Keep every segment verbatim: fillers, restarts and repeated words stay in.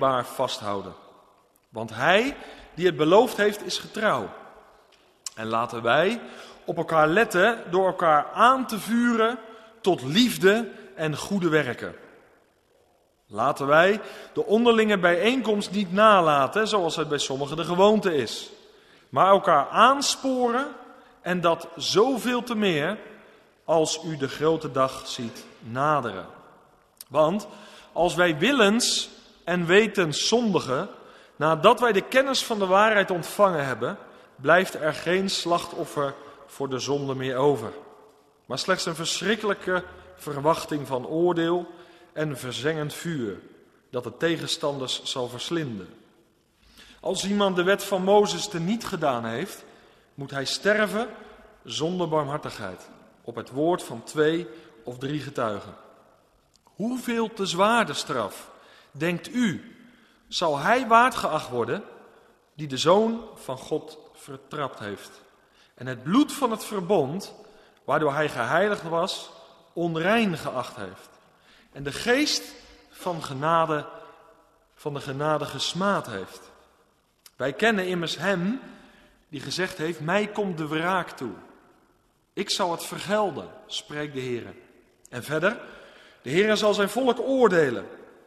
onwrikbaar vasthouden. Want hij die het beloofd heeft is getrouw. En laten wij op elkaar letten door elkaar aan te vuren tot liefde en goede werken. Laten wij de onderlinge bijeenkomst niet nalaten, zoals het bij sommigen de gewoonte is. Maar elkaar aansporen en dat zoveel te meer als u de grote dag ziet naderen. Want als wij willens en wetens zondigen, nadat wij de kennis van de waarheid ontvangen hebben, blijft er geen slachtoffer voor de zonde meer over. Maar slechts een verschrikkelijke verwachting van oordeel en verzengend vuur, dat de tegenstanders zal verslinden. Als iemand de wet van Mozes teniet gedaan heeft, moet hij sterven zonder barmhartigheid, op het woord van twee of drie getuigen. Hoeveel te zwaarder straf, denkt u, zal hij waard geacht worden die de Zoon van God vertrapt heeft en het bloed van het verbond, waardoor hij geheiligd was, onrein geacht heeft en de geest van genade, van de genade gesmaad heeft. Wij kennen immers hem die gezegd heeft, mij komt de wraak toe. Ik zal het vergelden, spreekt de Heer. En verder, de Heer zal zijn volk oordelen.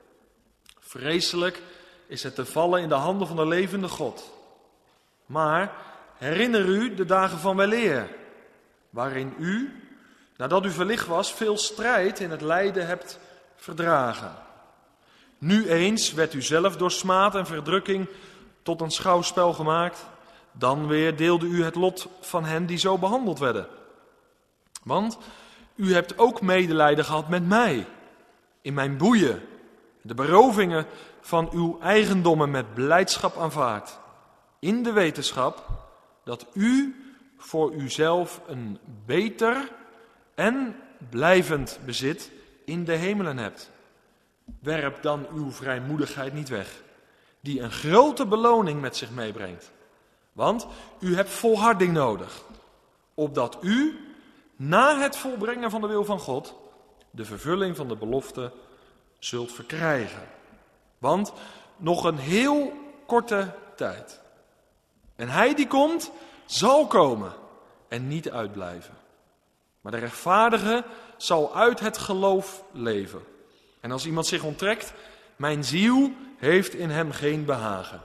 Vreselijk is het te vallen in de handen van de levende God. Maar herinner u de dagen van weleer, waarin u, nadat u verlicht was, veel strijd in het lijden hebt verdragen. Nu eens werd u zelf door smaad en verdrukking tot een schouwspel gemaakt. Dan weer deelde u het lot van hen die zo behandeld werden. Want u hebt ook medelijden gehad met mij, in mijn boeien, de berovingen van uw eigendommen met blijdschap aanvaard, in de wetenschap dat u voor uzelf een beter en blijvend bezit in de hemelen hebt. Werp dan uw vrijmoedigheid niet weg, die een grote beloning met zich meebrengt. Want u hebt volharding nodig, opdat u, na het volbrengen van de wil van God, de vervulling van de belofte zult verkrijgen. Want nog een heel korte tijd. En hij die komt, zal komen en niet uitblijven. Maar de rechtvaardige zal uit het geloof leven. En als iemand zich onttrekt, mijn ziel heeft in hem geen behagen.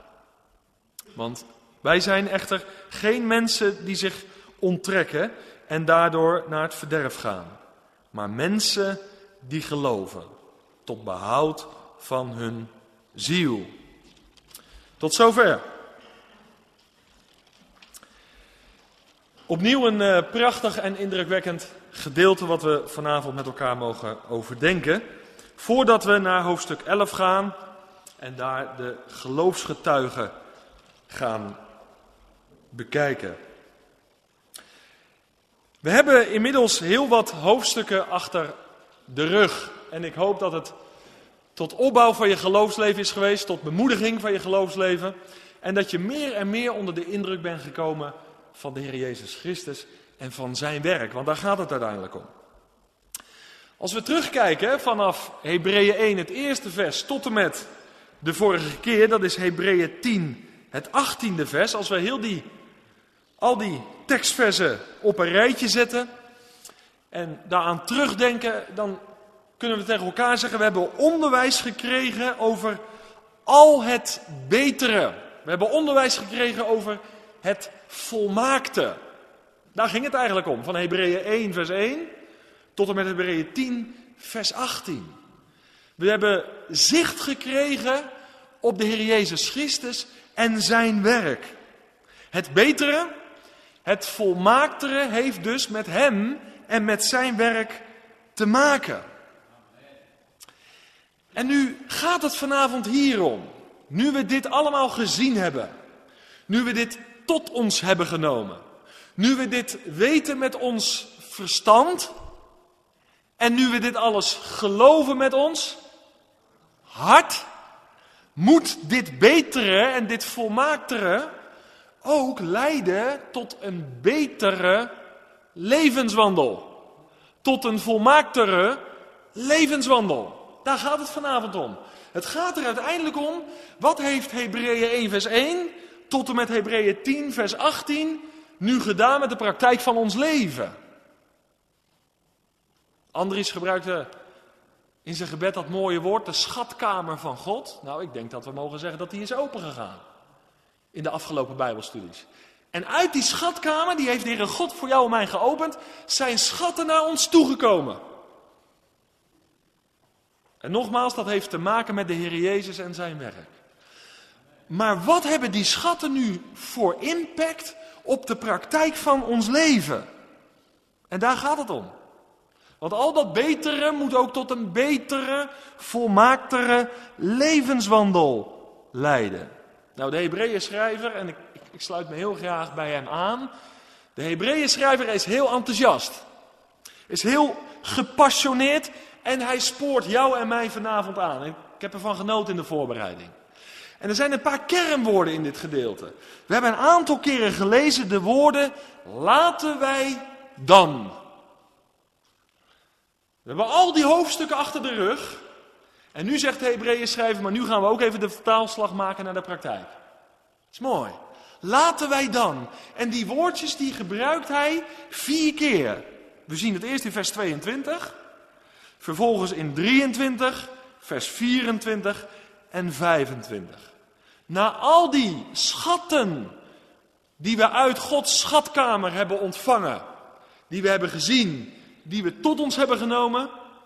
Want wij zijn echter geen mensen die zich onttrekken en daardoor naar het verderf gaan. Maar mensen die geloven, tot behoud van hun ziel. Tot zover. Opnieuw een uh, prachtig en indrukwekkend gedeelte wat we vanavond met elkaar mogen overdenken. Voordat we naar hoofdstuk elf gaan en daar de geloofsgetuigen gaan bekijken. We hebben inmiddels heel wat hoofdstukken achter de rug. En ik hoop dat het tot opbouw van je geloofsleven is geweest, tot bemoediging van je geloofsleven. En dat je meer en meer onder de indruk bent gekomen van de Heer Jezus Christus en van zijn werk. Want daar gaat het uiteindelijk om. Als we terugkijken vanaf Hebreeën één, het eerste vers, tot en met de vorige keer, dat is Hebreeën tien, het achttiende vers. Als we heel die, al die tekstversen op een rijtje zetten en daaraan terugdenken, dan kunnen we tegen elkaar zeggen, we hebben onderwijs gekregen over al het betere. We hebben onderwijs gekregen over het volmaakte. Daar ging het eigenlijk om, van Hebreeën één vers één tot en met Hebreeën tien vers achttien. We hebben zicht gekregen op de Heer Jezus Christus en zijn werk. Het betere, het volmaaktere heeft dus met hem en met zijn werk te maken. En nu gaat het vanavond hierom. Nu we dit allemaal gezien hebben. Nu we dit tot ons hebben genomen. Nu we dit weten met ons verstand. En nu we dit alles geloven met ons hart. Moet dit betere en dit volmaaktere ook leiden tot een betere levenswandel. Tot een volmaaktere levenswandel. Daar gaat het vanavond om. Het gaat er uiteindelijk om, wat heeft Hebreeën één vers één tot en met Hebreeën tien vers achttien nu gedaan met de praktijk van ons leven? Andries gebruikte in zijn gebed dat mooie woord, de schatkamer van God. Nou, ik denk dat we mogen zeggen dat die is opengegaan in de afgelopen Bijbelstudies. En uit die schatkamer, die heeft de Heere God voor jou en mij geopend, zijn schatten naar ons toegekomen. En nogmaals, dat heeft te maken met de Heer Jezus en zijn werk. Maar wat hebben die schatten nu voor impact op de praktijk van ons leven? En daar gaat het om. Want al dat betere moet ook tot een betere, volmaaktere levenswandel leiden. Nou, de Hebreeën schrijver, en ik, ik, ik sluit me heel graag bij hem aan. De Hebreeën schrijver is heel enthousiast. Is heel gepassioneerd en hij spoort jou en mij vanavond aan. Ik heb ervan genoten in de voorbereiding. En er zijn een paar kernwoorden in dit gedeelte. We hebben een aantal keren gelezen de woorden, laten wij dan. We hebben al die hoofdstukken achter de rug. En nu zegt de Hebreeën schrijver, maar nu gaan we ook even de vertaalslag maken naar de praktijk. Dat is mooi. Laten wij dan. En die woordjes die gebruikt hij vier keer. We zien het eerst in vers tweeëntwintig. Vervolgens in drieëntwintig, vers vierentwintig en vijfentwintig. Na al die schatten die we uit Gods schatkamer hebben ontvangen, die we hebben gezien, die we tot ons hebben genomen,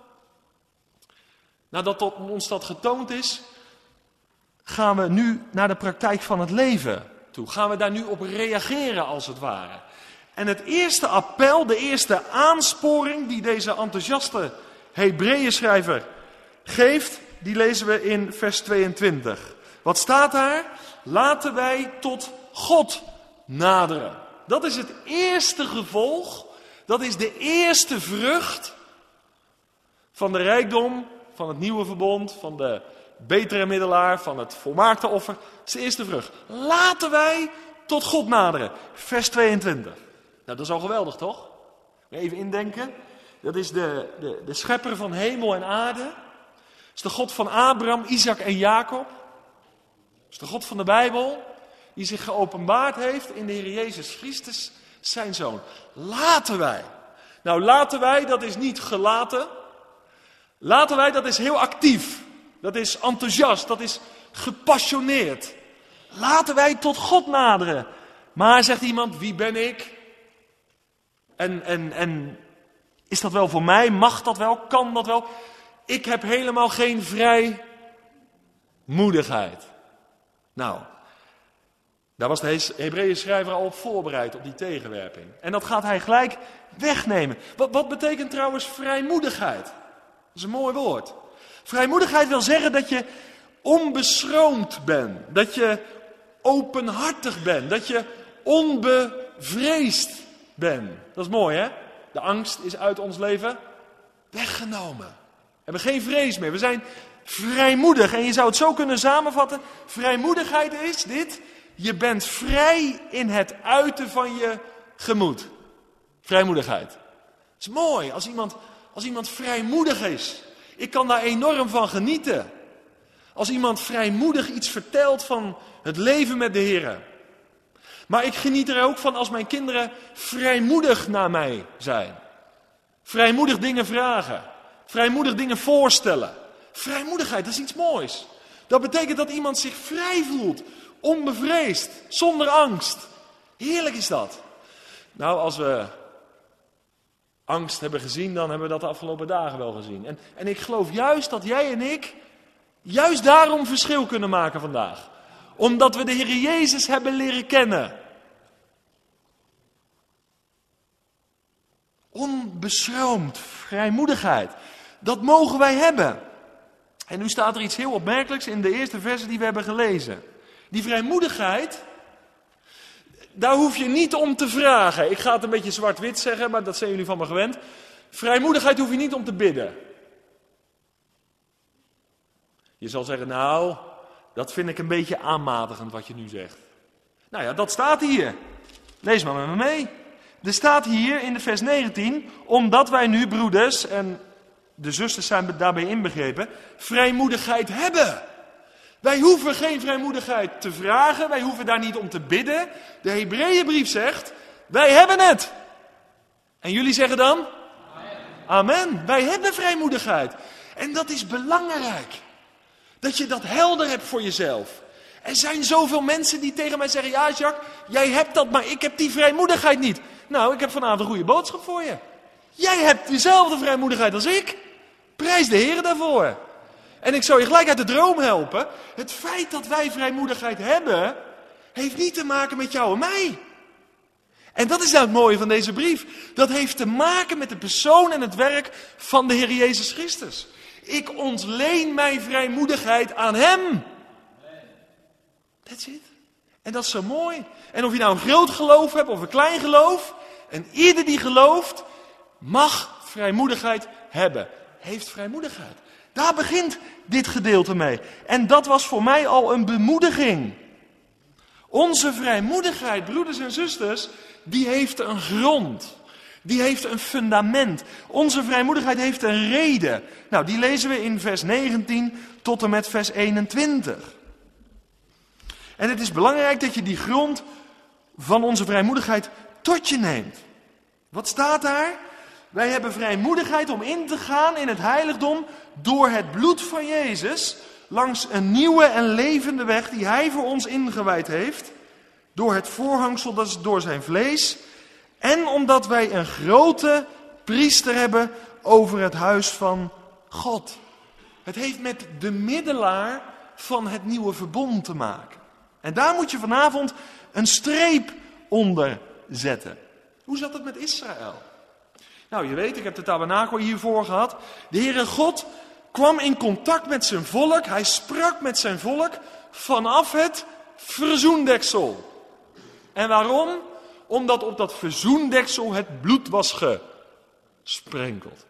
nadat tot ons dat getoond is, gaan we nu naar de praktijk van het leven toe. Gaan we daar nu op reageren als het ware. En het eerste appel, de eerste aansporing die deze enthousiaste Hebreeënschrijver geeft, die lezen we in vers tweeëntwintig. Wat staat daar? Laten wij tot God naderen. Dat is het eerste gevolg, dat is de eerste vrucht van de rijkdom, van het nieuwe verbond, van de betere middelaar, van het volmaakte offer. Dat is de eerste vrucht. Laten wij tot God naderen. Vers tweeëntwintig. Nou, dat is al geweldig, toch? Even indenken. Dat is de, de, de schepper van hemel en aarde. Dat is de God van Abraham, Isaac en Jacob. Dat is de God van de Bijbel, die zich geopenbaard heeft in de Heer Jezus Christus, zijn Zoon. Laten wij. Nou, laten wij, dat is niet gelaten. Laten wij, dat is heel actief. Dat is enthousiast, dat is gepassioneerd. Laten wij tot God naderen. Maar, zegt iemand, wie ben ik? En, en, en is dat wel voor mij? Mag dat wel? Kan dat wel? Ik heb helemaal geen vrijmoedigheid. Nou, daar was de Hebreeën schrijver al op voorbereid, op die tegenwerping. En dat gaat hij gelijk wegnemen. Wat, wat betekent trouwens vrijmoedigheid? Dat is een mooi woord. Vrijmoedigheid wil zeggen dat je onbeschroomd bent. Dat je openhartig bent. Dat je onbevreesd bent. Dat is mooi, hè? De angst is uit ons leven weggenomen. We hebben geen vrees meer. We zijn vrijmoedig. En je zou het zo kunnen samenvatten. Vrijmoedigheid is dit. Je bent vrij in het uiten van je gemoed. Vrijmoedigheid. Dat is mooi als iemand, als iemand vrijmoedig is. Ik kan daar enorm van genieten. Als iemand vrijmoedig iets vertelt van het leven met de Heer. Maar ik geniet er ook van als mijn kinderen vrijmoedig naar mij zijn. Vrijmoedig dingen vragen. Vrijmoedig dingen voorstellen. Vrijmoedigheid, dat is iets moois. Dat betekent dat iemand zich vrij voelt. Onbevreesd. Zonder angst. Heerlijk is dat. Nou, als we angst hebben gezien, dan hebben we dat de afgelopen dagen wel gezien. En, en ik geloof juist dat jij en ik juist daarom verschil kunnen maken vandaag. Omdat we de Heer Jezus hebben leren kennen. Onbeschroomd, vrijmoedigheid. Dat mogen wij hebben. En nu staat er iets heel opmerkelijks in de eerste versen die we hebben gelezen. Die vrijmoedigheid, daar hoef je niet om te vragen. Ik ga het een beetje zwart-wit zeggen, maar dat zijn jullie van me gewend. Vrijmoedigheid hoef je niet om te bidden. Je zal zeggen, nou, dat vind ik een beetje aanmatigend wat je nu zegt. Nou ja, dat staat hier. Lees maar met me mee. Er staat hier in de vers negentien, omdat wij nu, broeders, en de zusters zijn daarbij inbegrepen, vrijmoedigheid hebben. Wij hoeven geen vrijmoedigheid te vragen, wij hoeven daar niet om te bidden. De Hebreeënbrief zegt, wij hebben het. En jullie zeggen dan? Amen. Amen. Wij hebben vrijmoedigheid. En dat is belangrijk. Dat je dat helder hebt voor jezelf. Er zijn zoveel mensen die tegen mij zeggen, ja Jacques, jij hebt dat, maar ik heb die vrijmoedigheid niet. Nou, ik heb vanavond een goede boodschap voor je. Jij hebt dezelfde vrijmoedigheid als ik. Prijs de Heer daarvoor. En ik zou je gelijk uit de droom helpen. Het feit dat wij vrijmoedigheid hebben, heeft niet te maken met jou en mij. En dat is nou het mooie van deze brief. Dat heeft te maken met de persoon en het werk van de Heer Jezus Christus. Ik ontleen mijn vrijmoedigheid aan Hem. That's it. En dat is zo mooi. En of je nou een groot geloof hebt of een klein geloof. En ieder die gelooft, mag vrijmoedigheid hebben. Heeft vrijmoedigheid. Daar begint dit gedeelte mee. En dat was voor mij al een bemoediging. Onze vrijmoedigheid, broeders en zusters, die heeft een grond. Die heeft een fundament. Onze vrijmoedigheid heeft een reden. Nou, die lezen we in vers negentien tot en met vers eenentwintig. En het is belangrijk dat je die grond van onze vrijmoedigheid tot je neemt. Wat staat daar? Wij hebben vrijmoedigheid om in te gaan in het heiligdom door het bloed van Jezus, langs een nieuwe en levende weg die Hij voor ons ingewijd heeft, door het voorhangsel, dat is door zijn vlees, en omdat wij een grote priester hebben over het huis van God. Het heeft met de middelaar van het nieuwe verbond te maken. En daar moet je vanavond een streep onder zetten. Hoe zat het met Israël? Nou, je weet, ik heb de tabernakel hiervoor gehad. De Heere God kwam in contact met zijn volk. Hij sprak met zijn volk vanaf het verzoendeksel. En waarom? Omdat op dat verzoendeksel het bloed was gesprenkeld.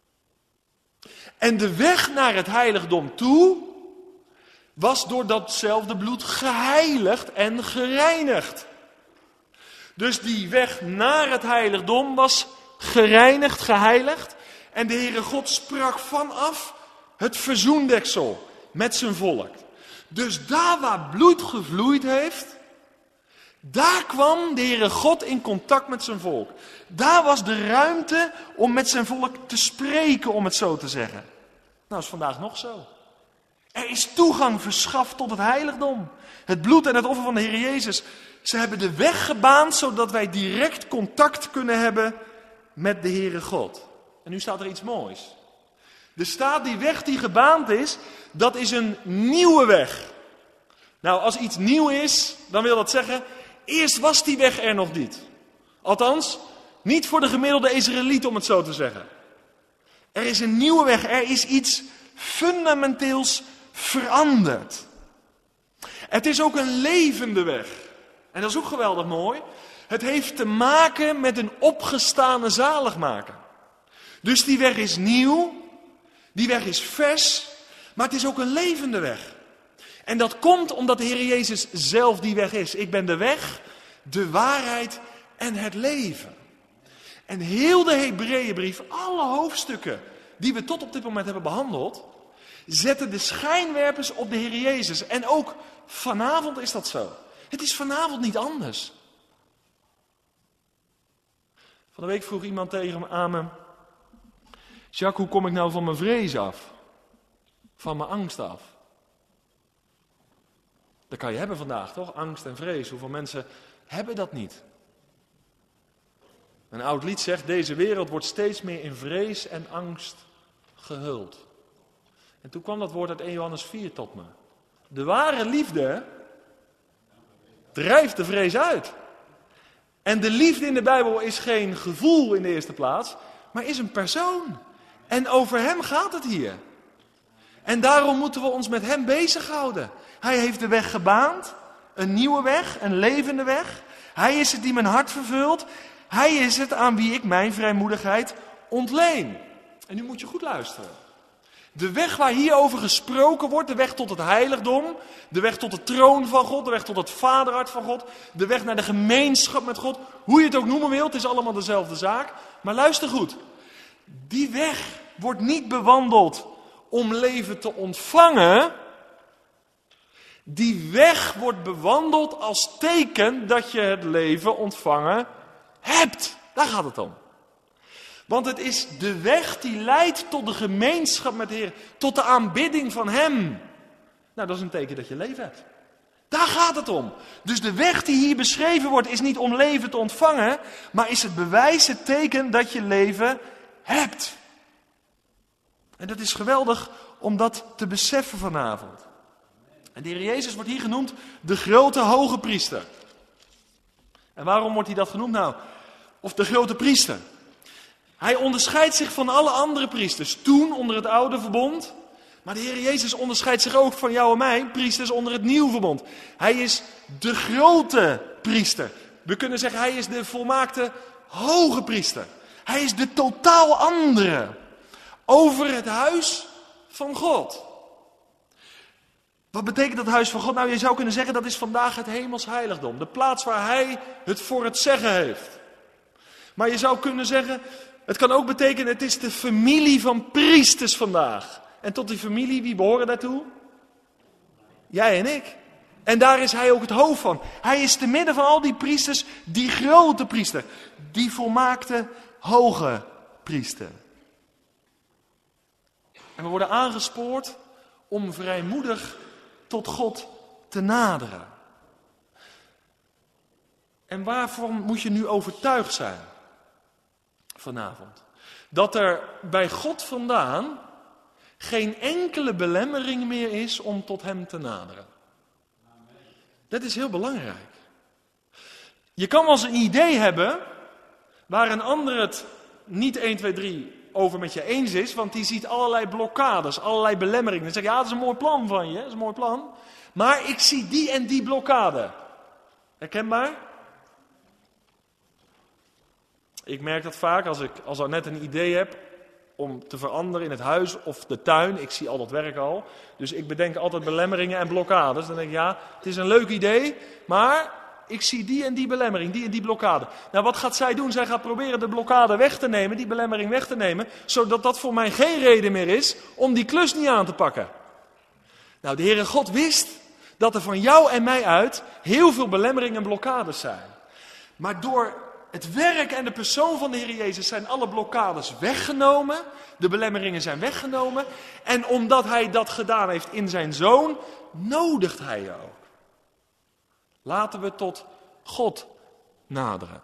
En de weg naar het heiligdom toe was door datzelfde bloed geheiligd en gereinigd. Dus die weg naar het heiligdom was gereinigd, geheiligd. En de Heere God sprak vanaf het verzoendeksel met zijn volk. Dus daar waar bloed gevloeid heeft, daar kwam de Heere God in contact met zijn volk. Daar was de ruimte om met zijn volk te spreken, om het zo te zeggen. Nou, is vandaag nog zo. Er is toegang verschaft tot het heiligdom. Het bloed en het offer van de Heer Jezus. Ze hebben de weg gebaand, zodat wij direct contact kunnen hebben met de Heere God. En nu staat er iets moois. Er staat die weg die gebaand is, dat is een nieuwe weg. Nou, als iets nieuw is, dan wil dat zeggen, eerst was die weg er nog niet. Althans, niet voor de gemiddelde Israëliet, om het zo te zeggen. Er is een nieuwe weg, er is iets fundamenteels veranderd. Het is ook een levende weg. En dat is ook geweldig mooi. Het heeft te maken met een opgestane zaligmaker. Dus die weg is nieuw, die weg is vers, maar het is ook een levende weg. En dat komt omdat de Heer Jezus zelf die weg is. Ik ben de weg, de waarheid en het leven. En heel de Hebreeënbrief, alle hoofdstukken die we tot op dit moment hebben behandeld, zetten de schijnwerpers op de Heer Jezus. En ook vanavond is dat zo. Het is vanavond niet anders. Van de week vroeg iemand tegen me aan me, Jacques, hoe kom ik nou van mijn vrees af? Van mijn angst af? Dat kan je hebben vandaag, toch? Angst en vrees. Hoeveel mensen hebben dat niet? Een oud lied zegt, deze wereld wordt steeds meer in vrees en angst gehuld. En toen kwam dat woord uit eerste Johannes vier tot me. De ware liefde drijft de vrees uit. En de liefde in de Bijbel is geen gevoel in de eerste plaats, maar is een persoon. En over hem gaat het hier. En daarom moeten we ons met hem bezighouden. Hij heeft de weg gebaand, een nieuwe weg, een levende weg. Hij is het die mijn hart vervult. Hij is het aan wie ik mijn vrijmoedigheid ontleen. En nu moet je goed luisteren. De weg waar hierover gesproken wordt, de weg tot het heiligdom, de weg tot de troon van God, de weg tot het vaderhart van God, de weg naar de gemeenschap met God, hoe je het ook noemen wilt, het is allemaal dezelfde zaak. Maar luister goed, die weg wordt niet bewandeld om leven te ontvangen. Die weg wordt bewandeld als teken dat je het leven ontvangen hebt. Daar gaat het om. Want het is de weg die leidt tot de gemeenschap met de Heer, tot de aanbidding van Hem. Nou, dat is een teken dat je leven hebt. Daar gaat het om. Dus de weg die hier beschreven wordt is niet om leven te ontvangen, maar is het bewijs, het teken dat je leven hebt. En dat is geweldig om dat te beseffen vanavond. En de Heer Jezus wordt hier genoemd de grote hoge priester. En waarom wordt hij dat genoemd? Nou, of de grote priester. Hij onderscheidt zich van alle andere priesters toen onder het oude verbond. Maar de Heer Jezus onderscheidt zich ook van jou en mij, priesters onder het nieuwe verbond. Hij is de grote priester. We kunnen zeggen, hij is de volmaakte hoge priester. Hij is de totaal andere over het huis van God. Wat betekent dat huis van God? Nou, je zou kunnen zeggen, dat is vandaag het hemels heiligdom. De plaats waar hij het voor het zeggen heeft. Maar je zou kunnen zeggen, het kan ook betekenen, het is de familie van priesters vandaag. En tot die familie, wie behoren daartoe? Jij en ik. En daar is hij ook het hoofd van. Hij is te midden van al die priesters, die grote priester. Die volmaakte hoge priester. En we worden aangespoord om vrijmoedig tot God te naderen. En waarvan moet je nu overtuigd zijn vanavond? Dat er bij God vandaan geen enkele belemmering meer is om tot hem te naderen. Dat is heel belangrijk. Je kan wel eens een idee hebben waar een ander het niet één, twee, drie over met je eens is, want die ziet allerlei blokkades, allerlei belemmeringen. Dan zeg je, ja, dat is een mooi plan van je, dat is een mooi plan. Maar ik zie die en die blokkade. Herkenbaar? Ik merk dat vaak als ik als ik net een idee heb om te veranderen in het huis of de tuin. Ik zie al dat werk al. Dus ik bedenk altijd belemmeringen en blokkades. Dan denk ik, ja, het is een leuk idee, maar ik zie die en die belemmering, die en die blokkade. Nou, wat gaat zij doen? Zij gaat proberen de blokkade weg te nemen, die belemmering weg te nemen, zodat dat voor mij geen reden meer is om die klus niet aan te pakken. Nou, de Heere God wist dat er van jou en mij uit heel veel belemmeringen en blokkades zijn. Maar door het werk en de persoon van de Heer Jezus zijn alle blokkades weggenomen. De belemmeringen zijn weggenomen. En omdat hij dat gedaan heeft in zijn Zoon, nodigt hij je ook. Laten we tot God naderen.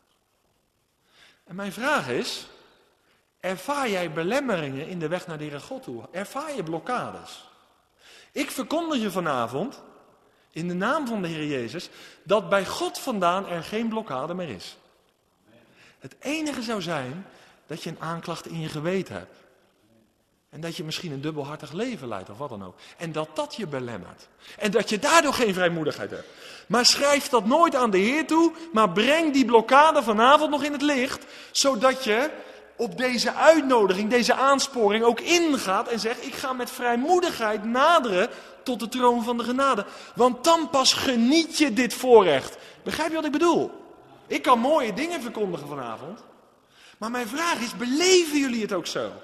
En mijn vraag is, ervaar jij belemmeringen in de weg naar de Heere God toe? Ervaar je blokkades? Ik verkondig je vanavond, in de naam van de Heer Jezus, dat bij God vandaan er geen blokkade meer is. Het enige zou zijn dat je een aanklacht in je geweten hebt. En dat je misschien een dubbelhartig leven leidt of wat dan ook. En dat dat je belemmert. En dat je daardoor geen vrijmoedigheid hebt. Maar schrijf dat nooit aan de Heer toe, maar breng die blokkade vanavond nog in het licht. Zodat je op deze uitnodiging, deze aansporing ook ingaat en zegt, ik ga met vrijmoedigheid naderen tot de troon van de genade. Want dan pas geniet je dit voorrecht. Begrijp je wat ik bedoel? Ik kan mooie dingen verkondigen vanavond. Maar mijn vraag is, beleven jullie het ook zo?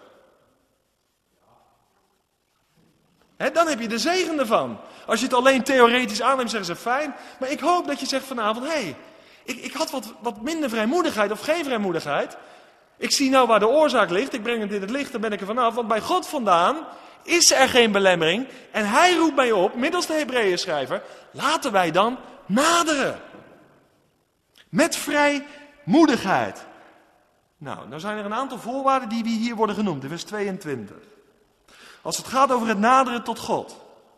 He, dan heb je de zegen ervan. Als je het alleen theoretisch aanneemt, zeggen ze fijn. Maar ik hoop dat je zegt vanavond, hé, hey, ik, ik had wat, wat minder vrijmoedigheid of geen vrijmoedigheid. Ik zie nou waar de oorzaak ligt. Ik breng het in het licht, dan ben ik er vanaf. Want bij God vandaan is er geen belemmering. En hij roept mij op, middels de Hebreeën schrijver, laten wij dan naderen. Met vrijmoedigheid. Nou, nou zijn er een aantal voorwaarden die hier worden genoemd. In vers tweeëntwintig. Als het gaat over het naderen tot God.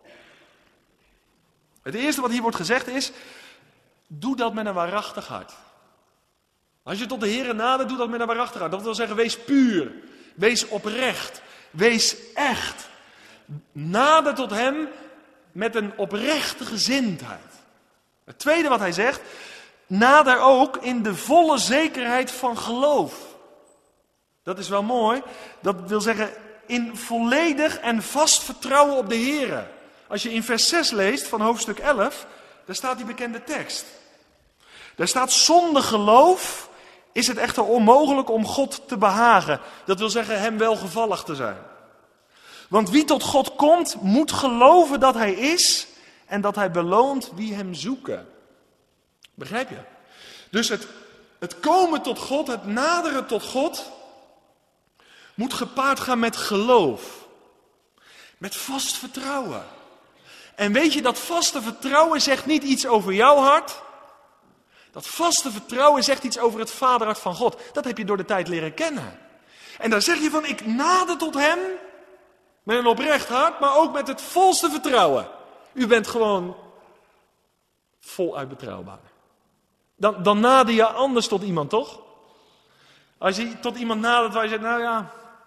Het eerste wat hier wordt gezegd is, doe dat met een waarachtig hart. Als je tot de Heere nadert, doe dat met een waarachtig hart. Dat wil zeggen, wees puur. Wees oprecht. Wees echt. Nader tot hem met een oprechte gezindheid. Het tweede wat hij zegt, nader ook in de volle zekerheid van geloof. Dat is wel mooi. Dat wil zeggen, in volledig en vast vertrouwen op de Heere. Als je in vers zes leest van hoofdstuk elf, daar staat die bekende tekst. Daar staat, zonder geloof is het echter onmogelijk om God te behagen. Dat wil zeggen hem welgevallig te zijn. Want wie tot God komt, moet geloven dat hij is en dat hij beloont wie hem zoeken. Begrijp je? Dus het, het komen tot God, het naderen tot God, moet gepaard gaan met geloof. Met vast vertrouwen. En weet je, dat vaste vertrouwen zegt niet iets over jouw hart. Dat vaste vertrouwen zegt iets over het vaderhart van God. Dat heb je door de tijd leren kennen. En daar zeg je van, ik nader tot hem met een oprecht hart, maar ook met het volste vertrouwen. U bent gewoon voluit betrouwbaar. Dan, dan nader je anders tot iemand, toch? Als je tot iemand nadert waar je zegt, nou ja,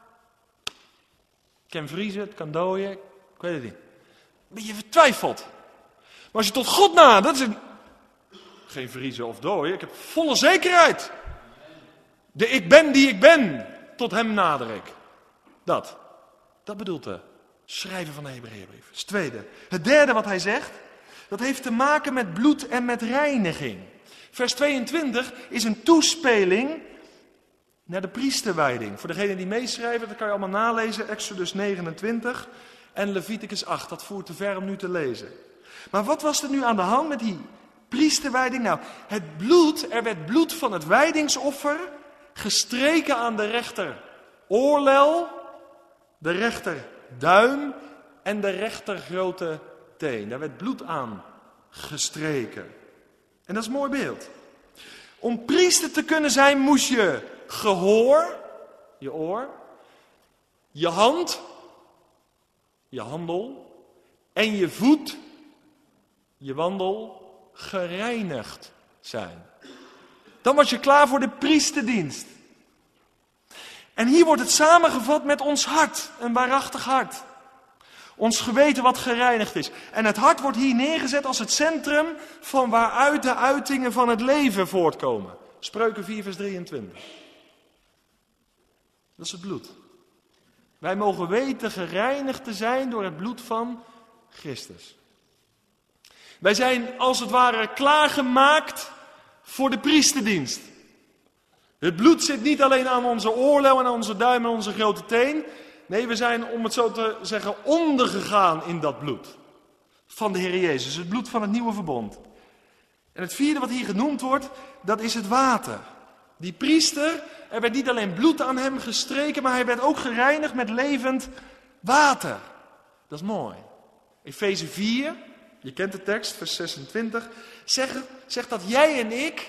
het kan vriezen, het kan dooien, ik weet het niet. Een beetje vertwijfeld. Maar als je tot God nadert, is het geen vriezen of dooien, ik heb volle zekerheid. De ik ben die ik ben, tot hem nader ik. Dat, dat bedoelt de schrijver van de Hebreeënbrief. Dat is het tweede. Het derde wat hij zegt, dat heeft te maken met bloed en met reiniging. Vers tweeëntwintig is een toespeling naar de priesterwijding. Voor degenen die meeschrijven, dat kan je allemaal nalezen. Exodus negenentwintig en Leviticus acht. Dat voert te ver om nu te lezen. Maar wat was er nu aan de hand met die priesterwijding? Nou, het bloed, er werd bloed van het wijdingsoffer gestreken aan de rechter oorlel, de rechter duim en de rechter grote teen. Daar werd bloed aan gestreken. En dat is een mooi beeld. Om priester te kunnen zijn moest je gehoor, je oor, je hand, je handel en je voet, je wandel, gereinigd zijn. Dan was je klaar voor de priesterdienst. En hier wordt het samengevat met ons hart, een waarachtig hart. Ons geweten wat gereinigd is. En het hart wordt hier neergezet als het centrum van waaruit de uitingen van het leven voortkomen. Spreuken vier vers drieëntwintig. Dat is het bloed. Wij mogen weten gereinigd te zijn door het bloed van Christus. Wij zijn als het ware klaargemaakt voor de priesterdienst. Het bloed zit niet alleen aan onze oorlel en aan onze duim en onze grote teen. Nee, we zijn, om het zo te zeggen, ondergegaan in dat bloed. Van de Heer Jezus, het bloed van het nieuwe verbond. En het vierde wat hier genoemd wordt, dat is het water. Die priester, er werd niet alleen bloed aan hem gestreken, maar hij werd ook gereinigd met levend water. Dat is mooi. Efeze vier, je kent de tekst, vers zesentwintig, zegt, zegt dat jij en ik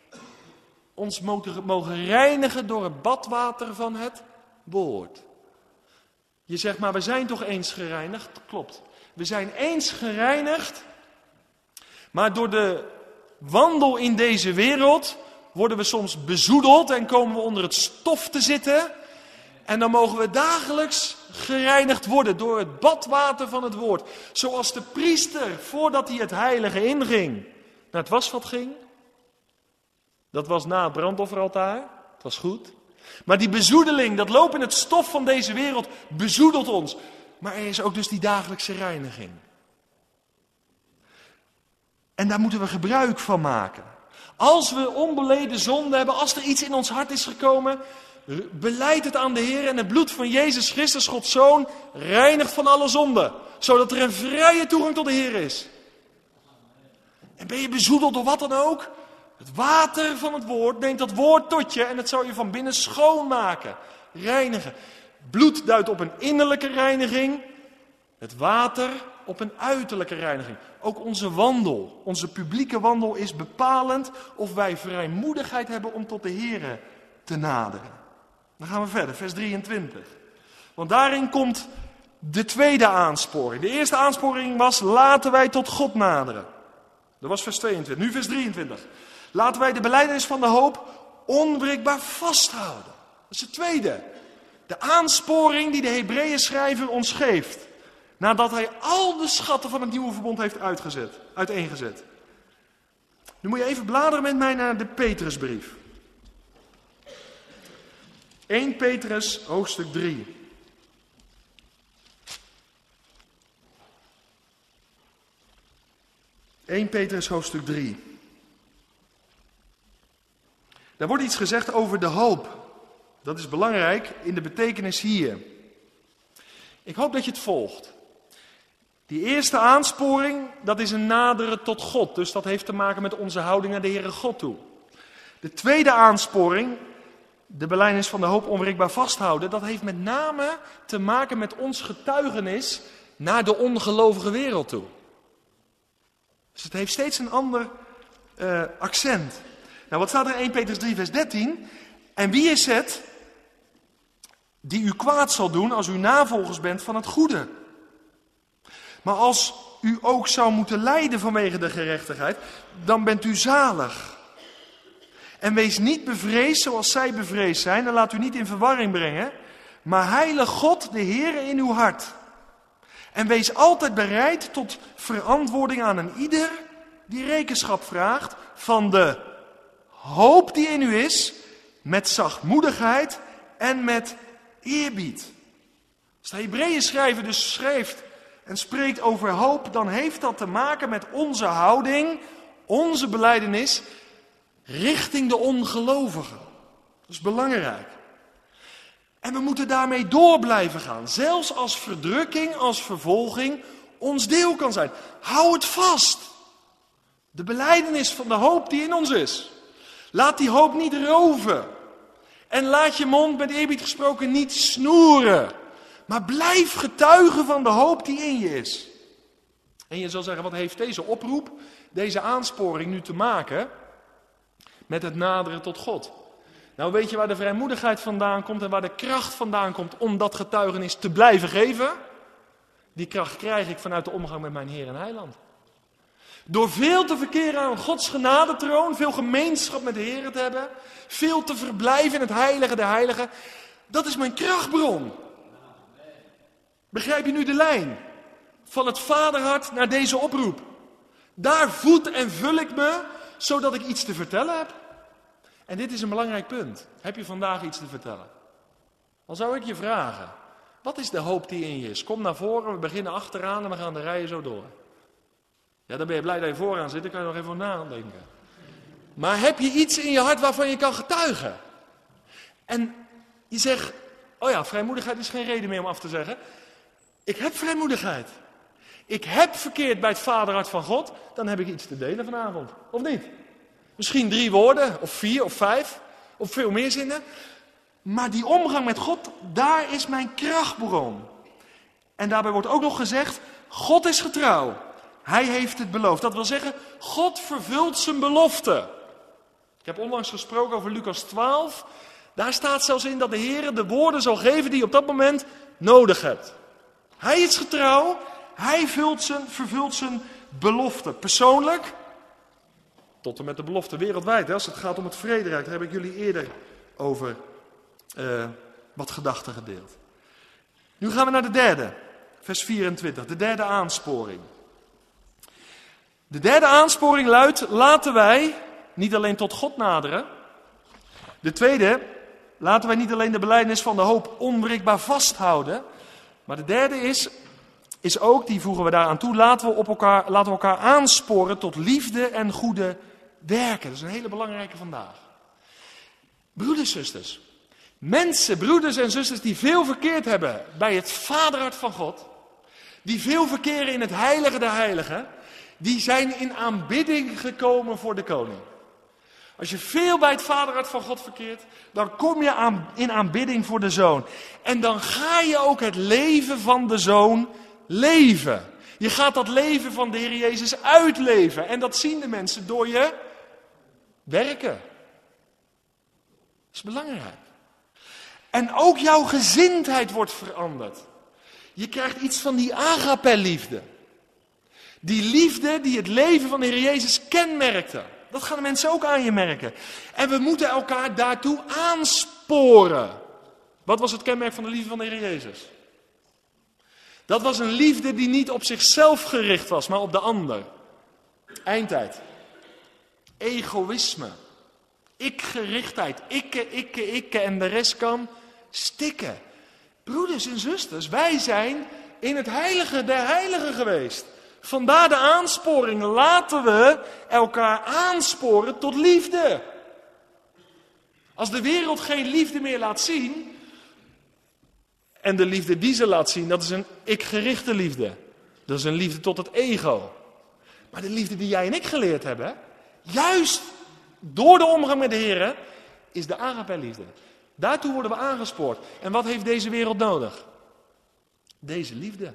ons mogen reinigen door het badwater van het woord. Je zegt, maar we zijn toch eens gereinigd? Klopt. We zijn eens gereinigd, maar door de wandel in deze wereld worden we soms bezoedeld en komen we onder het stof te zitten. En dan mogen we dagelijks gereinigd worden door het badwater van het woord. Zoals de priester, voordat hij het heilige inging, naar het wasvat ging. Dat was na het brandofferaltaar. Dat was goed. Maar die bezoedeling, dat lopen in het stof van deze wereld, bezoedelt ons. Maar er is ook dus die dagelijkse reiniging. En daar moeten we gebruik van maken. Als we onbeleden zonde hebben, als er iets in ons hart is gekomen, belijd het aan de Heer en het bloed van Jezus Christus, Gods Zoon, reinigt van alle zonde. Zodat er een vrije toegang tot de Heer is. En ben je bezoedeld door wat dan ook? Het water van het woord neemt dat woord tot je en het zal je van binnen schoonmaken, reinigen. Bloed duidt op een innerlijke reiniging, het water op een uiterlijke reiniging. Ook onze wandel, onze publieke wandel is bepalend of wij vrijmoedigheid hebben om tot de Heere te naderen. Dan gaan we verder, vers drieëntwintig. Want daarin komt de tweede aansporing. De eerste aansporing was, laten wij tot God naderen. Dat was vers tweeëntwintig, nu vers drieëntwintig. Laten wij de belijdenis van de hoop onwrikbaar vasthouden. Dat is het tweede. De aansporing die de Hebreeënschrijver ons geeft. Nadat hij al de schatten van het nieuwe verbond heeft uitgezet, uiteengezet. Nu moet je even bladeren met mij naar de Petrusbrief. Eerste Petrus, hoofdstuk drie. Eerste Petrus, hoofdstuk drie. Er wordt iets gezegd over de hoop. Dat is belangrijk in de betekenis hier. Ik hoop dat je het volgt. Die eerste aansporing, dat is een naderen tot God. Dus dat heeft te maken met onze houding naar de Heere God toe. De tweede aansporing, de belijdenis van de hoop onwrikbaar vasthouden, dat heeft met name te maken met ons getuigenis naar de ongelovige wereld toe. Dus het heeft steeds een ander uh, accent. Nou, wat staat er in Eerste Petrus drie vers dertien? En wie is het die u kwaad zal doen als u navolgers bent van het goede? Maar als u ook zou moeten lijden vanwege de gerechtigheid, dan bent u zalig. En wees niet bevreesd zoals zij bevreesd zijn en laat u niet in verwarring brengen, maar heilig God de Heere in uw hart. En wees altijd bereid tot verantwoording aan een ieder die rekenschap vraagt van de hoop die in u is, met zachtmoedigheid en met eerbied. Als de Hebreeën schrijver dus schrijft en spreekt over hoop, dan heeft dat te maken met onze houding, onze belijdenis richting de ongelovigen. Dat is belangrijk. En we moeten daarmee door blijven gaan. Zelfs als verdrukking, als vervolging ons deel kan zijn. Hou het vast. De belijdenis van de hoop die in ons is. Laat die hoop niet roven. En laat je mond met eerbied gesproken niet snoeren. Maar blijf getuigen van de hoop die in je is. En je zal zeggen, wat heeft deze oproep, deze aansporing nu te maken met het naderen tot God? Nou, weet je waar de vrijmoedigheid vandaan komt en waar de kracht vandaan komt om dat getuigenis te blijven geven? Die kracht krijg ik vanuit de omgang met mijn Heer en Heiland. Door veel te verkeren aan Gods genadetroon, veel gemeenschap met de Heer te hebben, veel te verblijven in het heilige der heiligen, dat is mijn krachtbron. Begrijp je nu de lijn? Van het vaderhart naar deze oproep. Daar voed en vul ik me, zodat ik iets te vertellen heb. En dit is een belangrijk punt. Heb je vandaag iets te vertellen? Dan zou ik je vragen, wat is de hoop die in je is? Kom naar voren, we beginnen achteraan en we gaan de rijen zo door. Ja, dan ben je blij dat je vooraan zit, dan kan je nog even over nadenken. Maar heb je iets in je hart waarvan je kan getuigen? En je zegt, oh ja, vrijmoedigheid is geen reden meer om af te zeggen. Ik heb vrijmoedigheid. Ik heb verkeerd bij het vaderhart van God. Dan heb ik iets te delen vanavond. Of niet? Misschien drie woorden, of vier, of vijf. Of veel meer zinnen. Maar die omgang met God, daar is mijn krachtbron. En daarbij wordt ook nog gezegd, God is getrouw. Hij heeft het beloofd. Dat wil zeggen, God vervult zijn belofte. Ik heb onlangs gesproken over Lucas twaalf. Daar staat zelfs in dat de Heer de woorden zal geven die je op dat moment nodig hebt. Hij is getrouw. Hij vult zijn, vervult zijn belofte. Persoonlijk, tot en met de belofte wereldwijd. Hè, als het gaat om het vrederijk, daar heb ik jullie eerder over uh, wat gedachten gedeeld. Nu gaan we naar de derde, vers vierentwintig. De derde aansporing. De derde aansporing luidt, laten wij niet alleen tot God naderen. De tweede, laten wij niet alleen de belijdenis van de hoop onwrikbaar vasthouden. Maar de derde is, is ook, die voegen we daaraan toe, laten we, op elkaar, laten we elkaar aansporen tot liefde en goede werken. Dat is een hele belangrijke vandaag. Broeders, zusters. Mensen, broeders en zusters die veel verkeerd hebben bij het vaderhart van God. Die veel verkeren in het heilige der heiligen. Die zijn in aanbidding gekomen voor de koning. Als je veel bij het vaderhart van God verkeert, dan kom je aan, in aanbidding voor de Zoon. En dan ga je ook het leven van de Zoon leven. Je gaat dat leven van de Heer Jezus uitleven. En dat zien de mensen door je werken. Dat is belangrijk. En ook jouw gezindheid wordt veranderd. Je krijgt iets van die agape-liefde. Die liefde die het leven van de Heer Jezus kenmerkte. Dat gaan de mensen ook aan je merken. En we moeten elkaar daartoe aansporen. Wat was het kenmerk van de liefde van de Heer Jezus? Dat was een liefde die niet op zichzelf gericht was, maar op de ander. Eindtijd. Egoïsme. Ikgerichtheid. Ikke, ikke, ikke en de rest kan stikken. Broeders en zusters, wij zijn in het heilige der heiligen geweest. Vandaar de aansporing. Laten we elkaar aansporen tot liefde. Als de wereld geen liefde meer laat zien, en de liefde die ze laat zien, dat is een ik-gerichte liefde. Dat is een liefde tot het ego. Maar de liefde die jij en ik geleerd hebben, juist door de omgang met de Heer, is de agape-liefde. Daartoe worden we aangespoord. En wat heeft deze wereld nodig? Deze liefde.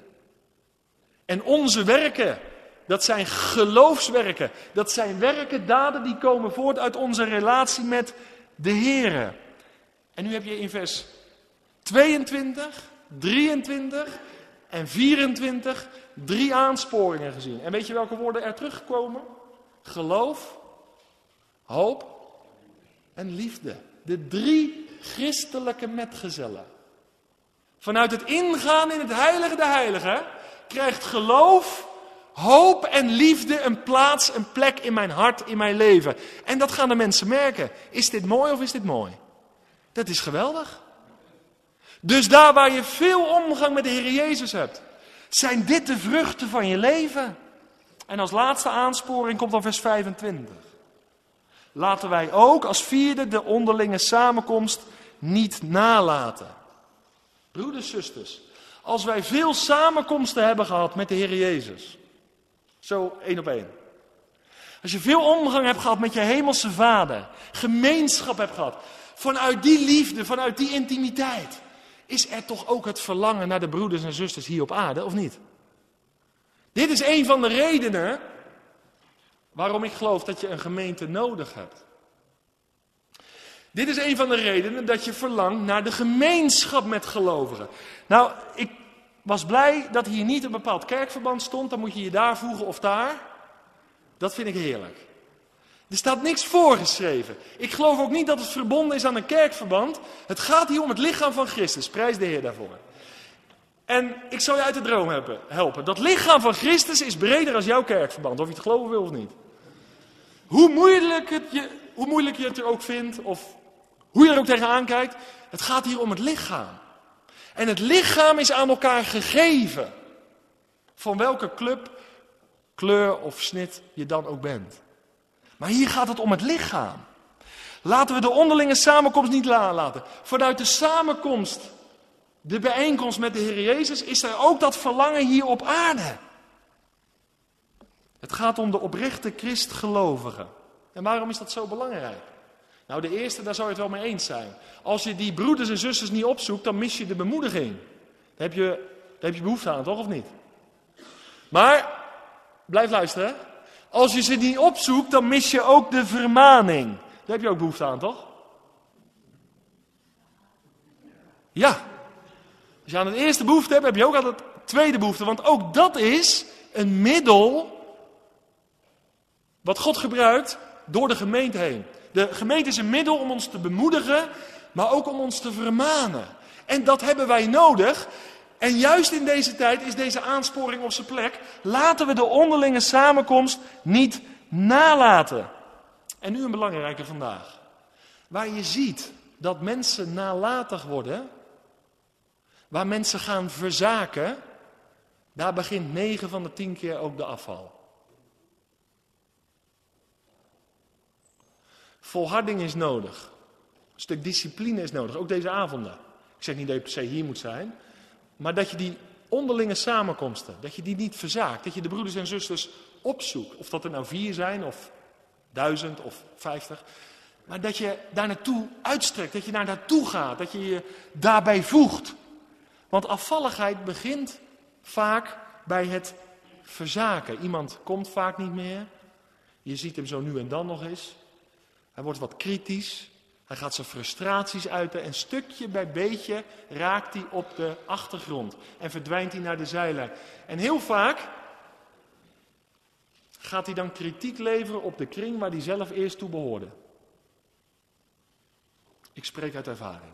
En onze werken, dat zijn geloofswerken. Dat zijn werken, daden die komen voort uit onze relatie met de Heer. En nu heb je in vers tweeëntwintig, drieëntwintig en vierentwintig drie aansporingen gezien. En weet je welke woorden er terugkomen? Geloof, hoop en liefde. De drie christelijke metgezellen. Vanuit het ingaan in het heilige de heiligen krijgt geloof, hoop en liefde een plaats, een plek in mijn hart, in mijn leven. En dat gaan de mensen merken. Is dit mooi of is dit mooi? Dat is geweldig. Dus daar waar je veel omgang met de Heer Jezus hebt, zijn dit de vruchten van je leven. En als laatste aansporing komt dan vers vijfentwintig. Laten wij ook als vierde de onderlinge samenkomst niet nalaten. Broeders, zusters, als wij veel samenkomsten hebben gehad met de Heer Jezus, zo één op één. Als je veel omgang hebt gehad met je hemelse Vader, gemeenschap hebt gehad, vanuit die liefde, vanuit die intimiteit, is er toch ook het verlangen naar de broeders en zusters hier op aarde, of niet? Dit is een van de redenen waarom ik geloof dat je een gemeente nodig hebt. Dit is een van de redenen dat je verlangt naar de gemeenschap met gelovigen. Nou, ik was blij dat hier niet een bepaald kerkverband stond. Dan moet je je daar voegen of daar. Dat vind ik heerlijk. Er staat niks voorgeschreven. Ik geloof ook niet dat het verbonden is aan een kerkverband. Het gaat hier om het lichaam van Christus. Prijs de Heer daarvoor. En ik zal je uit de droom helpen. Dat lichaam van Christus is breder dan jouw kerkverband. Of je het geloven wil of niet. Hoe moeilijk, het je, hoe moeilijk je het er ook vindt. Of hoe je er ook tegenaan kijkt. Het gaat hier om het lichaam. En het lichaam is aan elkaar gegeven. Van welke club, kleur of snit je dan ook bent. Maar hier gaat het om het lichaam. Laten we de onderlinge samenkomst niet nalaten. Vanuit de samenkomst, de bijeenkomst met de Heer Jezus, is er ook dat verlangen hier op aarde. Het gaat om de oprechte christgelovigen. En waarom is dat zo belangrijk? Nou, de eerste, daar zou je het wel mee eens zijn. Als je die broeders en zusters niet opzoekt, dan mis je de bemoediging. Daar heb je, daar heb je behoefte aan, toch of niet? Maar, blijf luisteren. Als je ze niet opzoekt, dan mis je ook de vermaning. Daar heb je ook behoefte aan, toch? Ja. Als je aan het eerste behoefte hebt, heb je ook aan het tweede behoefte. Want ook dat is een middel wat God gebruikt door de gemeente heen. De gemeente is een middel om ons te bemoedigen, maar ook om ons te vermanen. En dat hebben wij nodig. En juist in deze tijd is deze aansporing op zijn plek. Laten we de onderlinge samenkomst niet nalaten. En nu een belangrijke vandaag. Waar je ziet dat mensen nalatig worden, waar mensen gaan verzaken, daar begint negen van de tien keer ook de afval. Volharding is nodig. Een stuk discipline is nodig. Ook deze avonden. Ik zeg niet dat je per se hier moet zijn. Maar dat je die onderlinge samenkomsten, dat je die niet verzaakt. Dat je de broeders en zusters opzoekt. Of dat er nou vier zijn, of duizend, of vijftig. Maar dat je daar naartoe uitstrekt. Dat je daar naartoe gaat. Dat je je daarbij voegt. Want afvalligheid begint vaak bij het verzaken. Iemand komt vaak niet meer. Je ziet hem zo nu en dan nog eens. Hij wordt wat kritisch. Hij gaat zijn frustraties uiten en stukje bij beetje raakt hij op de achtergrond. En verdwijnt hij naar de zijlijn. En heel vaak gaat hij dan kritiek leveren op de kring waar hij zelf eerst toe behoorde. Ik spreek uit ervaring.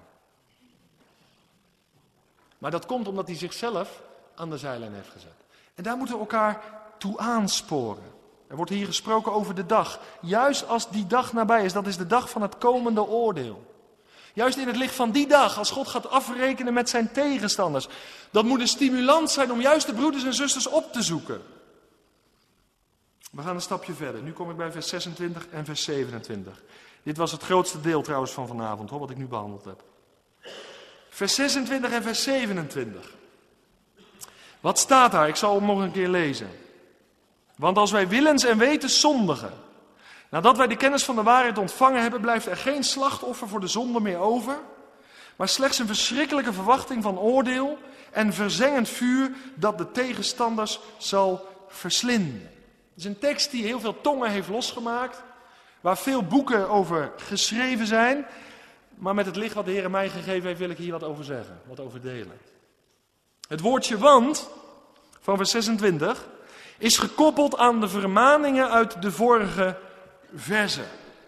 Maar dat komt omdat hij zichzelf aan de zijlijn heeft gezet. En daar moeten we elkaar toe aansporen. Er wordt hier gesproken over de dag. Juist als die dag nabij is, dat is de dag van het komende oordeel. Juist in het licht van die dag, als God gaat afrekenen met zijn tegenstanders. Dat moet een stimulans zijn om juist de broeders en zusters op te zoeken. We gaan een stapje verder. Nu kom ik bij vers zesentwintig en vers zevenentwintig. Dit was het grootste deel trouwens van vanavond, hoor, wat ik nu behandeld heb. Vers zesentwintig en vers zevenentwintig. Wat staat daar? Ik zal hem nog een keer lezen. Want als wij willens en wetens zondigen, nadat wij de kennis van de waarheid ontvangen hebben, blijft er geen slachtoffer voor de zonde meer over, maar slechts een verschrikkelijke verwachting van oordeel en verzengend vuur dat de tegenstanders zal verslinden. Het is een tekst die heel veel tongen heeft losgemaakt, waar veel boeken over geschreven zijn, maar met het licht wat de Heer mij gegeven heeft wil ik hier wat over zeggen, wat over delen. Het woordje want, van vers zesentwintig, is gekoppeld aan de vermaningen uit de vorige verzen.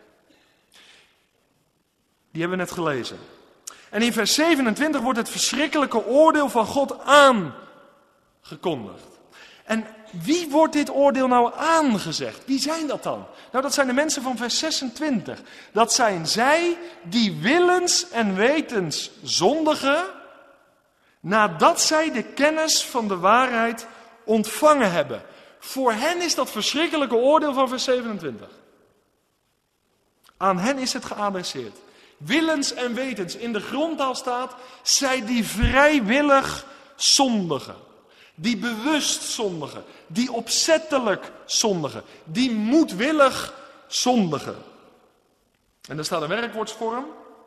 Die hebben we net gelezen. En in vers zevenentwintig wordt het verschrikkelijke oordeel van God aangekondigd. En wie wordt dit oordeel nou aangezegd? Wie zijn dat dan? Nou, dat zijn de mensen van vers zesentwintig. Dat zijn zij die willens en wetens zondigen, nadat zij de kennis van de waarheid ontvangen hebben. Voor hen is dat verschrikkelijke oordeel van vers zevenentwintig. Aan hen is het geadresseerd. Willens en wetens, in de grondtaal staat, zij die vrijwillig zondigen. Die bewust zondigen. Die opzettelijk zondigen. Die moedwillig zondigen. En er staat een werkwoordsvorm.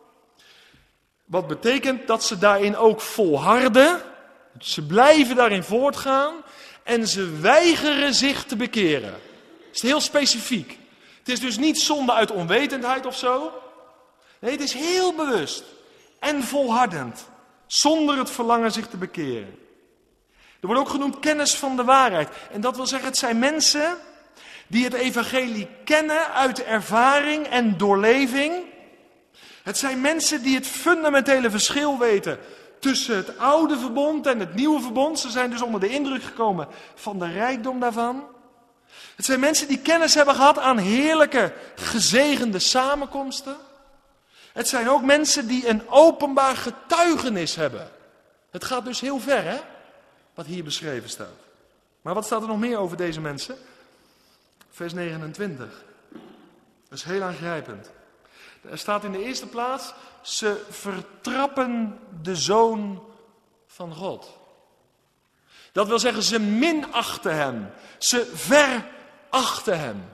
Wat betekent dat ze daarin ook volharden. Ze blijven daarin voortgaan. En ze weigeren zich te bekeren. Dat is heel specifiek. Het is dus niet zonde uit onwetendheid of zo. Nee, het is heel bewust. En volhardend. Zonder het verlangen zich te bekeren. Er wordt ook genoemd kennis van de waarheid. En dat wil zeggen, het zijn mensen die het evangelie kennen uit ervaring en doorleving. Het zijn mensen die het fundamentele verschil weten tussen het oude verbond en het nieuwe verbond. Ze zijn dus onder de indruk gekomen van de rijkdom daarvan. Het zijn mensen die kennis hebben gehad aan heerlijke, gezegende samenkomsten. Het zijn ook mensen die een openbaar getuigenis hebben. Het gaat dus heel ver, hè? Wat hier beschreven staat. Maar wat staat er nog meer over deze mensen? Vers negenentwintig. Dat is heel aangrijpend. Er staat in de eerste plaats, ze vertrappen de Zoon van God. Dat wil zeggen, ze minachten hem. Ze verachten hem.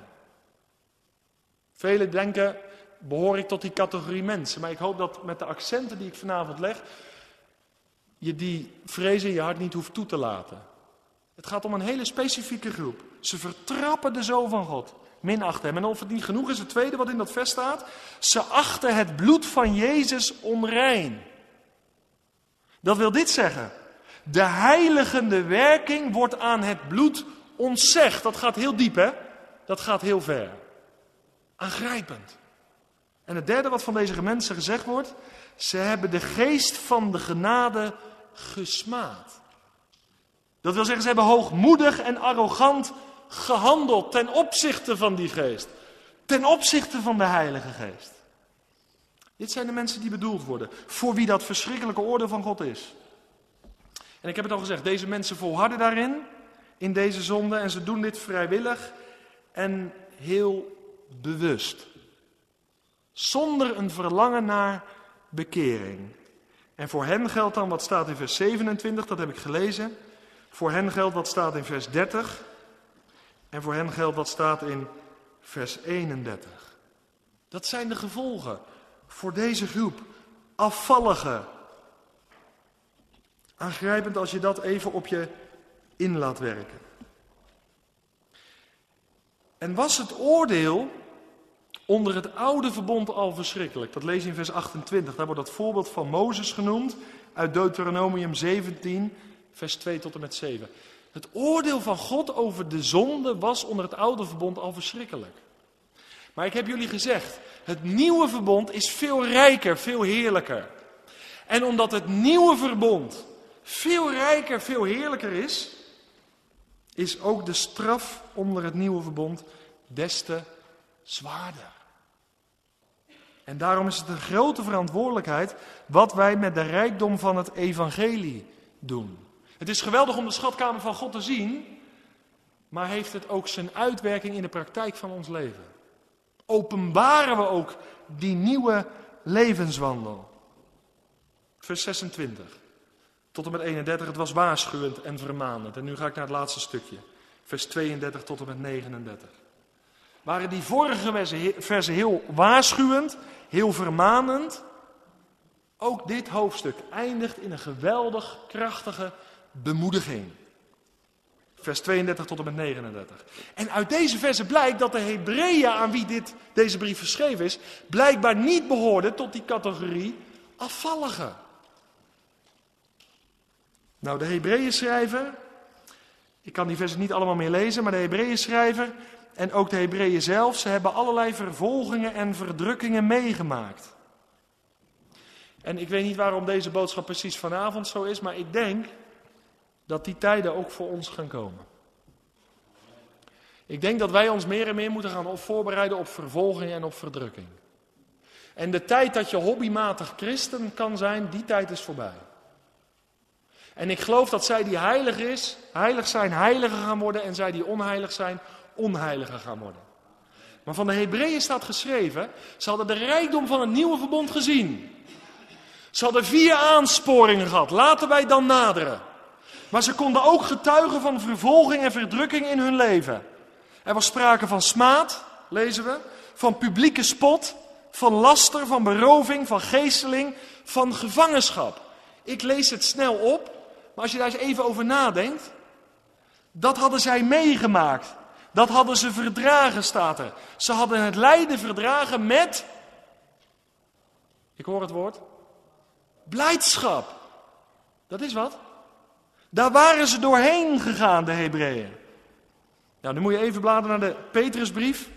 Velen denken, behoor ik tot die categorie mensen. Maar ik hoop dat met de accenten die ik vanavond leg, je die vrees in je hart niet hoeft toe te laten. Het gaat om een hele specifieke groep. Ze vertrappen de Zoon van God. Minachten hem. En of het niet genoeg is, het tweede wat in dat vers staat. Ze achten het bloed van Jezus onrein. Dat wil dit zeggen. De heiligende werking wordt aan het bloed ontzegd. Dat gaat heel diep, hè? Dat gaat heel ver. Aangrijpend. En het derde wat van deze mensen gezegd wordt. Ze hebben de geest van de genade gesmaad. Dat wil zeggen, ze hebben hoogmoedig en arrogant gehandeld ten opzichte van die geest. Ten opzichte van de Heilige Geest. Dit zijn de mensen die bedoeld worden. Voor wie dat verschrikkelijke oordeel van God is. En ik heb het al gezegd, deze mensen volharden daarin. In deze zonde. En ze doen dit vrijwillig. En heel bewust. Zonder een verlangen naar bekering. En voor hen geldt dan wat staat in vers zevenentwintig. Dat heb ik gelezen. Voor hen geldt wat staat in vers dertig. En voor hen geldt wat staat in vers eenendertig. Dat zijn de gevolgen voor deze groep. Afvallige. Aangrijpend als je dat even op je in laat werken. En was het oordeel onder het oude verbond al verschrikkelijk? Dat lees je in vers achtentwintig. Daar wordt dat voorbeeld van Mozes genoemd. Uit Deuteronomium zeventien, vers twee tot en met zeven. Het oordeel van God over de zonde was onder het oude verbond al verschrikkelijk. Maar ik heb jullie gezegd, het nieuwe verbond is veel rijker, veel heerlijker. En omdat het nieuwe verbond veel rijker, veel heerlijker is, is ook de straf onder het nieuwe verbond des te zwaarder. En daarom is het een grote verantwoordelijkheid wat wij met de rijkdom van het evangelie doen. Het is geweldig om de schatkamer van God te zien, maar heeft het ook zijn uitwerking in de praktijk van ons leven? openbaren we ook die nieuwe levenswandel. Vers zesentwintig tot en met eenendertig, het was waarschuwend en vermanend. En nu ga ik naar het laatste stukje. Vers tweeëndertig tot en met negenendertig. Waren die vorige versen heel waarschuwend, heel vermanend. Ook dit hoofdstuk eindigt in een geweldig krachtige bemoediging. Vers tweeëndertig tot en met negenendertig. En uit deze versen blijkt dat de Hebreeën aan wie dit, deze brief geschreven is, blijkbaar niet behoorden tot die categorie afvalligen. Nou, de Hebreeën schrijver, ik kan die versen niet allemaal meer lezen, maar de Hebreeën schrijver en ook de Hebreeën zelf, ze hebben allerlei vervolgingen en verdrukkingen meegemaakt. En ik weet niet waarom deze boodschap precies vanavond zo is, maar ik denk dat die tijden ook voor ons gaan komen. Ik denk dat wij ons meer en meer moeten gaan voorbereiden op vervolging en op verdrukking. En de tijd dat je hobbymatig christen kan zijn, die tijd is voorbij. En ik geloof dat zij die heilig is, heilig zijn, heiliger gaan worden en zij die onheilig zijn, onheiliger gaan worden. Maar van de Hebreeën staat geschreven, ze hadden de rijkdom van het nieuwe verbond gezien. Ze hadden vier aansporingen gehad, laten wij dan naderen. Maar ze konden ook getuigen van vervolging en verdrukking in hun leven. Er was sprake van smaad, lezen we, van publieke spot, van laster, van beroving, van geesteling, van gevangenschap. Ik lees het snel op, maar als je daar eens even over nadenkt, dat hadden zij meegemaakt. Dat hadden ze verdragen, staat er. Ze hadden het lijden verdragen met, ik hoor het woord, blijdschap. Dat is wat. Daar waren ze doorheen gegaan, de Hebreeën. Nou, dan moet je even bladeren naar de Petrusbrief.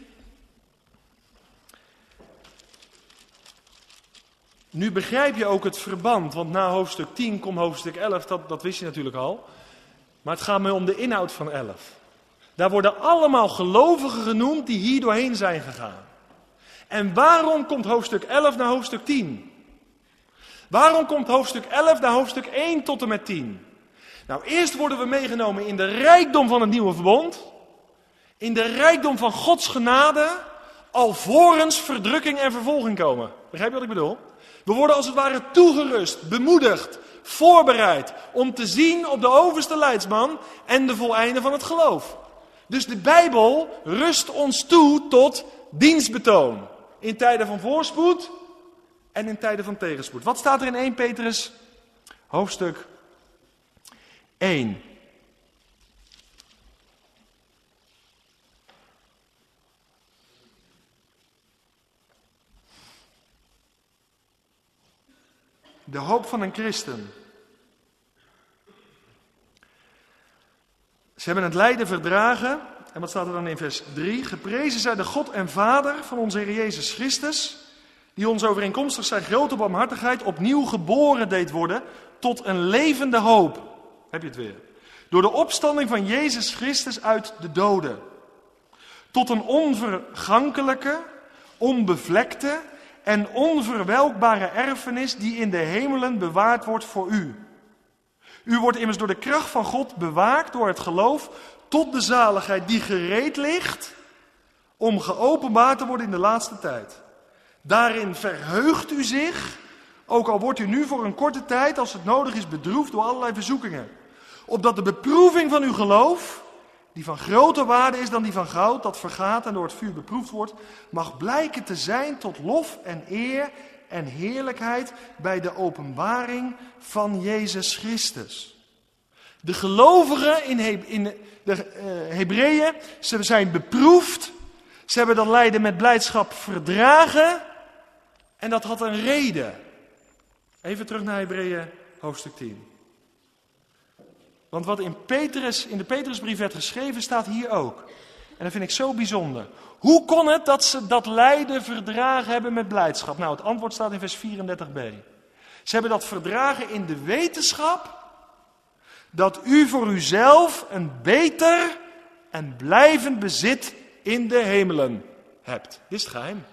Nu begrijp je ook het verband, want na hoofdstuk tien komt hoofdstuk elf, dat, dat wist je natuurlijk al. Maar het gaat me om de inhoud van elf. Daar worden allemaal gelovigen genoemd die hier doorheen zijn gegaan. En waarom komt hoofdstuk elf naar hoofdstuk tien? Waarom komt hoofdstuk elf naar hoofdstuk één tot en met tien? Nou, eerst worden we meegenomen in de rijkdom van het nieuwe verbond. In de rijkdom van Gods genade, alvorens verdrukking en vervolging komen. Begrijp je wat ik bedoel? We worden als het ware toegerust, bemoedigd, voorbereid om te zien op de overste leidsman en de voleinde van het geloof. Dus de Bijbel rust ons toe tot dienstbetoon. In tijden van voorspoed en in tijden van tegenspoed. Wat staat er in eerste Petrus hoofdstuk één? De hoop van een christen. Ze hebben het lijden verdragen. En wat staat er dan in vers drie? Geprezen zij de God en Vader van onze Heer Jezus Christus, die ons overeenkomstig zijn grote barmhartigheid opnieuw geboren deed worden tot een levende hoop. Heb je het weer? Door de opstanding van Jezus Christus uit de doden. Tot een onvergankelijke, onbevlekte en onverwelkbare erfenis die in de hemelen bewaard wordt voor u. U wordt immers door de kracht van God bewaakt door het geloof tot de zaligheid die gereed ligt om geopenbaard te worden in de laatste tijd. Daarin verheugt u zich, ook al wordt u nu voor een korte tijd, als het nodig is, bedroefd door allerlei verzoekingen. Opdat de beproeving van uw geloof, die van groter waarde is dan die van goud, dat vergaat en door het vuur beproefd wordt, mag blijken te zijn tot lof en eer en heerlijkheid bij de openbaring van Jezus Christus. De gelovigen in, He- in de uh, Hebreeën, ze zijn beproefd, ze hebben dat lijden met blijdschap verdragen en dat had een reden. Even terug naar Hebreeën hoofdstuk tien. Want wat in, Petrus, in de Petrusbrief werd geschreven, staat hier ook. En dat vind ik zo bijzonder. Hoe kon het dat ze dat lijden verdragen hebben met blijdschap? Nou, het antwoord staat in vers vierendertig b. Ze hebben dat verdragen in de wetenschap dat u voor uzelf een beter en blijvend bezit in de hemelen hebt. Dit is het geheim.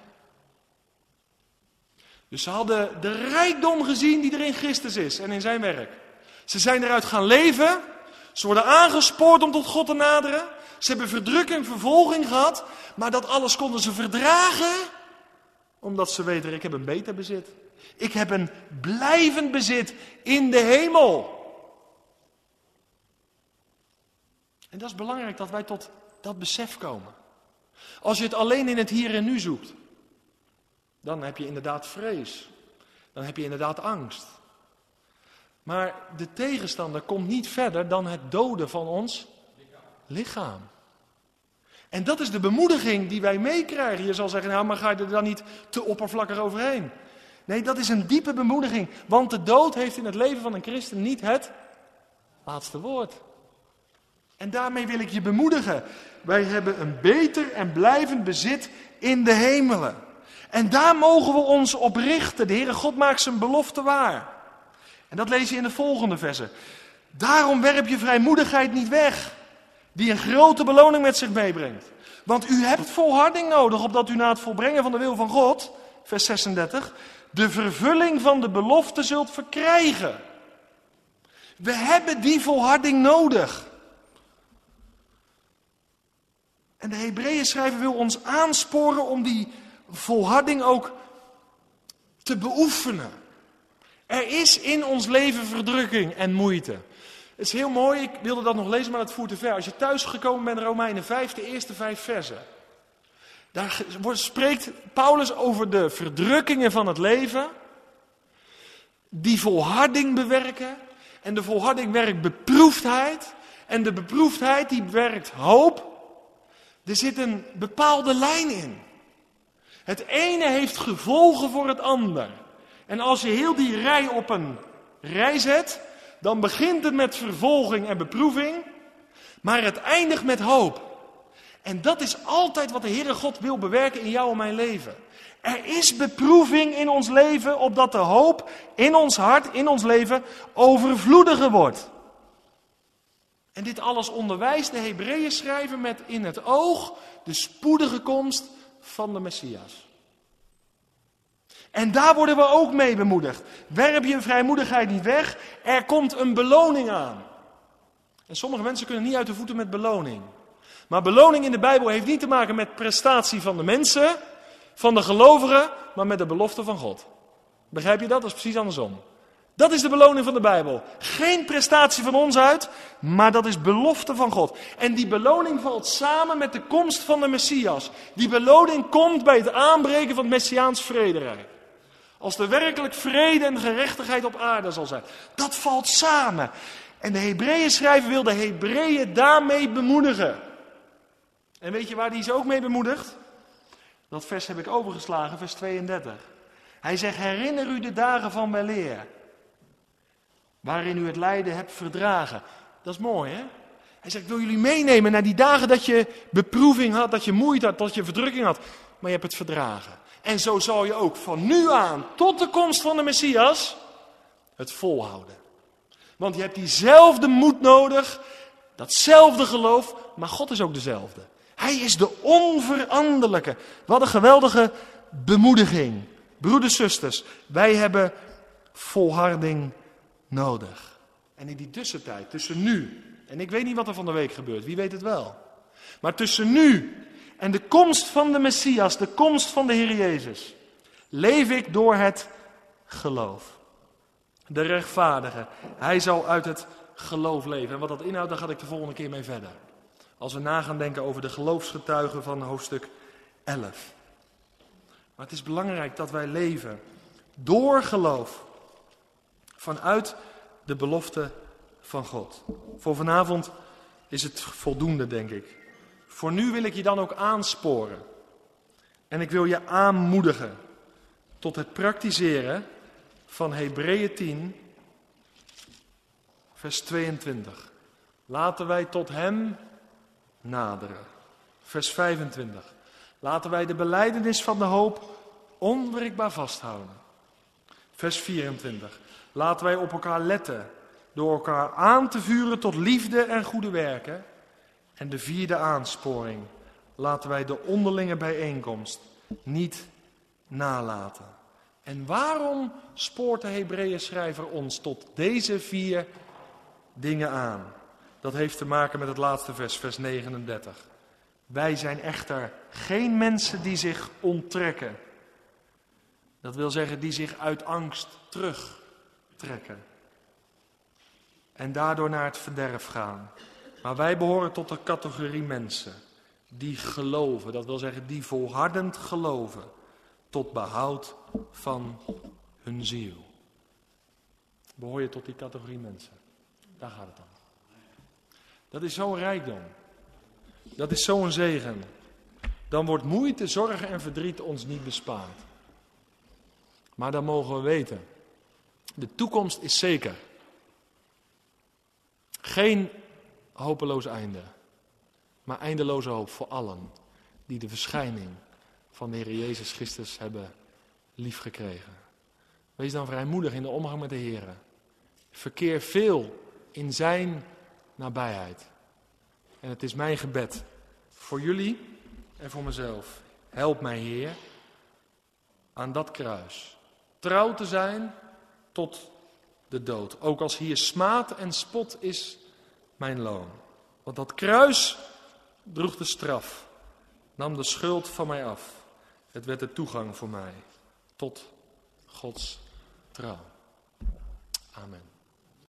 Dus ze hadden de rijkdom gezien die er in Christus is en in zijn werk. Ze zijn eruit gaan leven. Ze worden aangespoord om tot God te naderen. Ze hebben verdrukking, vervolging gehad. Maar dat alles konden ze verdragen. Omdat ze weten, ik heb een beter bezit. Ik heb een blijvend bezit in de hemel. En dat is belangrijk dat wij tot dat besef komen. Als je het alleen in het hier en nu zoekt, dan heb je inderdaad vrees. Dan heb je inderdaad angst. Maar de tegenstander komt niet verder dan het doden van ons lichaam. En dat is de bemoediging die wij meekrijgen. Je zal zeggen, nou, maar ga je er dan niet te oppervlakkig overheen? Nee, dat is een diepe bemoediging. Want de dood heeft in het leven van een christen niet het laatste woord. En daarmee wil ik je bemoedigen. Wij hebben een beter en blijvend bezit in de hemelen. En daar mogen we ons op richten. De Heere God maakt zijn belofte waar. En dat lees je in de volgende versen. Daarom werp je vrijmoedigheid niet weg, die een grote beloning met zich meebrengt. Want u hebt volharding nodig, opdat u na het volbrengen van de wil van God, vers zesendertig, de vervulling van de belofte zult verkrijgen. We hebben die volharding nodig. En de Hebreeën schrijver wil ons aansporen om die volharding ook te beoefenen. Er is in ons leven verdrukking en moeite. Het is heel mooi, ik wilde dat nog lezen, maar dat voert te ver. Als je thuis gekomen bent, Romeinen vijf, de eerste vijf versen. Daar spreekt Paulus over de verdrukkingen van het leven. Die volharding bewerken. En de volharding werkt beproefdheid. En de beproefdheid die werkt hoop. Er zit een bepaalde lijn in. Het ene heeft gevolgen voor het ander. En als je heel die rij op een rij zet, dan begint het met vervolging en beproeving, maar het eindigt met hoop. En dat is altijd wat de Heere God wil bewerken in jou en mijn leven. Er is beproeving in ons leven, opdat de hoop in ons hart, in ons leven, overvloediger wordt. En dit alles onderwijst de Hebreeën schrijver met in het oog de spoedige komst van de Messias. En daar worden we ook mee bemoedigd. Werp je vrijmoedigheid niet weg, er komt een beloning aan. En sommige mensen kunnen niet uit de voeten met beloning. Maar beloning in de Bijbel heeft niet te maken met prestatie van de mensen, van de gelovigen, maar met de belofte van God. Begrijp je dat? Dat is precies andersom. Dat is de beloning van de Bijbel. Geen prestatie van ons uit, maar dat is belofte van God. En die beloning valt samen met de komst van de Messias. Die beloning komt bij het aanbreken van het Messiaans vrederijk. Als er werkelijk vrede en gerechtigheid op aarde zal zijn. Dat valt samen. En de Hebreeën schrijver wil de Hebreeën daarmee bemoedigen. En weet je waar hij ze ook mee bemoedigt? Dat vers heb ik overgeslagen, vers tweeëndertig. Hij zegt, herinner u de dagen van weleer, waarin u het lijden hebt verdragen. Dat is mooi, hè? Hij zegt, ik wil jullie meenemen naar die dagen dat je beproeving had, dat je moeite had, dat je verdrukking had. Maar je hebt het verdragen. En zo zal je ook van nu aan tot de komst van de Messias het volhouden. Want je hebt diezelfde moed nodig, datzelfde geloof, maar God is ook dezelfde. Hij is de onveranderlijke. Wat een geweldige bemoediging. Broeders, zusters, wij hebben volharding nodig. En in die tussentijd, tussen nu, en ik weet niet wat er van de week gebeurt, wie weet het wel. Maar tussen nu en de komst van de Messias, de komst van de Heer Jezus, leef ik door het geloof. De rechtvaardige, hij zal uit het geloof leven. En wat dat inhoudt, daar ga ik de volgende keer mee verder. Als we na gaan denken over de geloofsgetuigen van hoofdstuk elf. Maar het is belangrijk dat wij leven door geloof. Vanuit de belofte van God. Voor vanavond is het voldoende, denk ik. Voor nu wil ik je dan ook aansporen. En ik wil je aanmoedigen tot het praktiseren van Hebreeën tien, vers tweeëntwintig. Laten wij tot hem naderen. Vers vijfentwintig. Laten wij de belijdenis van de hoop onwrikbaar vasthouden. Vers vierentwintig. Laten wij op elkaar letten, door elkaar aan te vuren tot liefde en goede werken. En de vierde aansporing. Laten wij de onderlinge bijeenkomst niet nalaten. En waarom spoort de Hebreeën schrijver ons tot deze vier dingen aan? Dat heeft te maken met het laatste vers, vers negenendertig. Wij zijn echter geen mensen die zich onttrekken. Dat wil zeggen die zich uit angst terugtrekken. En daardoor naar het verderf gaan. Maar wij behoren tot de categorie mensen die geloven. Dat wil zeggen die volhardend geloven. Tot behoud van hun ziel. Behoor je tot die categorie mensen? Daar gaat het om. Dat is zo'n rijkdom. Dat is zo'n zegen. Dan wordt moeite, zorgen en verdriet ons niet bespaard. Maar dan mogen we weten. De toekomst is zeker. Geen hopeloos einde. Maar eindeloze hoop voor allen die de verschijning van de Heer Jezus Christus hebben liefgekregen. Wees dan vrijmoedig in de omgang met de Heer. Verkeer veel in zijn nabijheid. En het is mijn gebed voor jullie en voor mezelf. Help mij, Heer, aan dat kruis. Trouw te zijn tot de dood. Ook als hier smaad en spot is mijn loon. Want dat kruis droeg de straf. Nam de schuld van mij af. Het werd de toegang voor mij tot Gods trouw. Amen.